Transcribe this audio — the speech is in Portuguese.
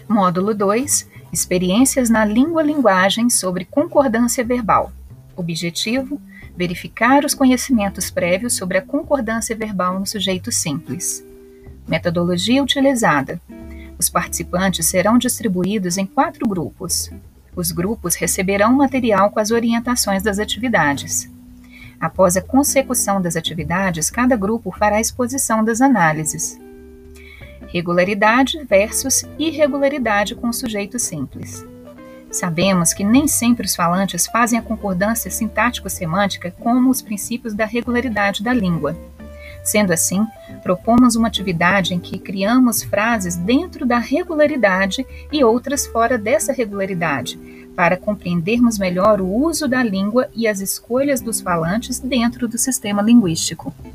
Módulo 2. Experiências na língua-linguagem sobre concordância verbal. Objetivo: verificar os conhecimentos prévios sobre a concordância verbal no sujeito simples. Metodologia utilizada. Os participantes serão distribuídos em 4 grupos. Os grupos receberão material com as orientações das atividades. Após a consecução das atividades, cada grupo fará a exposição das análises. Regularidade versus irregularidade com o sujeito simples. Sabemos que nem sempre os falantes fazem a concordância sintático-semântica como os princípios da regularidade da língua. Sendo assim, propomos uma atividade em que criamos frases dentro da regularidade e outras fora dessa regularidade, para compreendermos melhor o uso da língua e as escolhas dos falantes dentro do sistema linguístico.